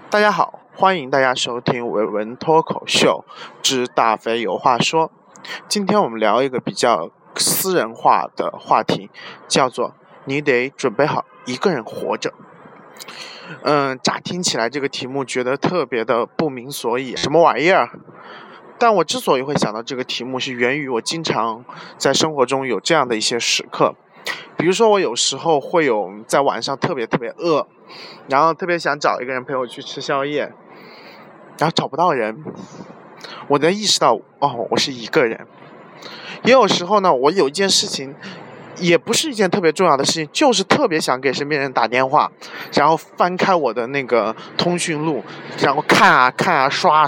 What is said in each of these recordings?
大家好，欢迎大家收听伟文脱口秀之大飞有话说。今天我们聊一个比较私人化的话题，叫做你得准备好一个人活着。乍听起来这个题目觉得特别的不明所以，什么玩意儿？但我之所以会想到这个题目，是源于我经常在生活中有这样的一些时刻。比如说我有时候会有在晚上特别饿，然后特别想找一个人陪我去吃宵夜，然后找不到人，我才意识到我是一个人。也有时候呢，我有一件事情也不是一件特别重要的事情，就是特别想给身边人打电话，然后翻开我的那个通讯录，然后看啊刷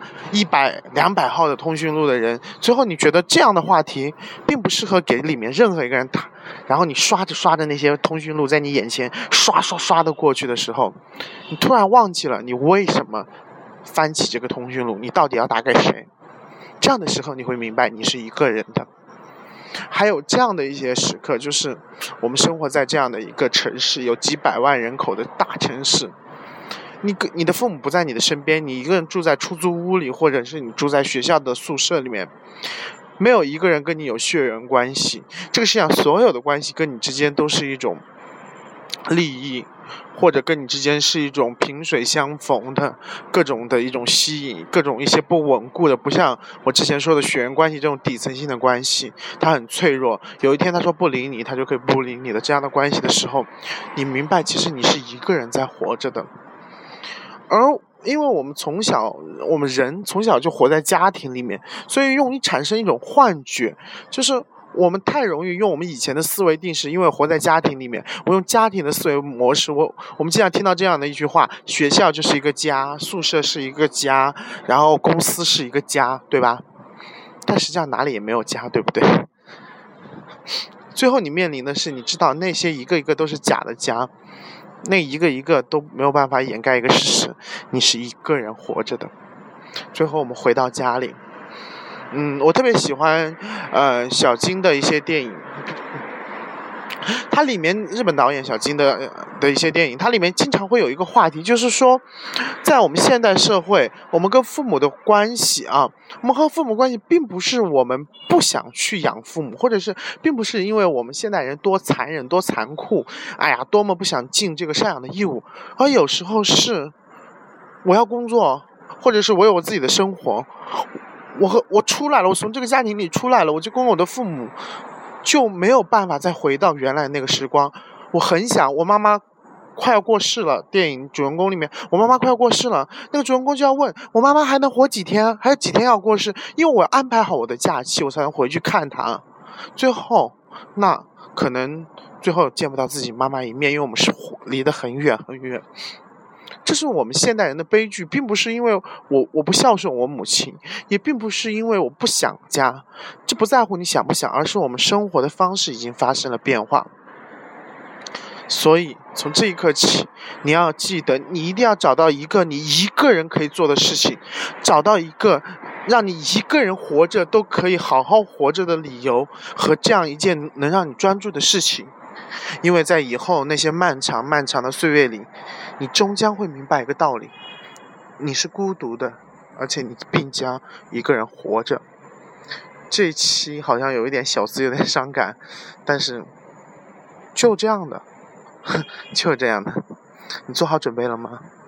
100、200号的通讯录的人，最后你觉得这样的话题并不适合给里面任何一个人打，然后你刷着那些通讯录在你眼前刷的过去的时候，你突然忘记了你为什么翻起这个通讯录，你到底要打给谁。这样的时候你会明白你是一个人的。还有这样的一些时刻，就是我们生活在这样的一个城市，有几百万人口的大城市，你的父母不在你的身边，你一个人住在出租屋里，或者是你住在学校的宿舍里面，没有一个人跟你有血缘关系，这个世界上所有的关系跟你之间都是一种利益，或者跟你之间是一种萍水相逢的各种的一种吸引，各种一些不稳固的，不像我之前说的血缘关系这种底层性的关系，它很脆弱，有一天他说不理你，他就可以不理你的这样的关系的时候，你明白其实你是一个人在活着的。而因为我们人从小就活在家庭里面，所以容易产生一种幻觉，就是我们太容易用我们以前的思维定式，因为活在家庭里面，我用家庭的思维模式，我们经常听到这样的一句话：学校就是一个家，宿舍是一个家，然后公司是一个家，对吧？但实际上哪里也没有家，对不对？最后你面临的是，你知道那些一个一个都是假的家，那一个一个都没有办法掩盖一个事实，你是一个人活着的。最后我们回到家里，我特别喜欢小金的一些电影，它里面日本导演小金的一些电影，它里面经常会有一个话题，就是说在我们现代社会，我们跟父母的关系我们和父母关系并不是我们不想去养父母，或者是并不是因为我们现代人多残忍多残酷，多么不想尽这个赡养的义务，而有时候我要工作，或者是我有我自己的生活，我出来了，我从这个家庭里出来了，我就跟我的父母就没有办法再回到原来那个时光。我很想，我妈妈快要过世了，电影主人公里面我妈妈快要过世了，那个主人公就要问我妈妈还能活几天，还有几天要过世，因为我要安排好我的假期，我才能回去看她。最后那可能最后见不到自己妈妈一面，因为我们是离得很远很远。这是我们现代人的悲剧，并不是因为我不孝顺我母亲，也并不是因为我不想家，这不在乎你想不想，而是我们生活的方式已经发生了变化。所以从这一刻起，你要记得，你一定要找到一个你一个人可以做的事情，找到一个让你一个人活着都可以好好活着的理由，和这样一件能让你专注的事情。因为在以后那些漫长漫长的岁月里，你终将会明白一个道理，你是孤独的，而且你并将一个人活着。这一期好像有一点小资，有点伤感，但是就这样的就这样的，你做好准备了吗？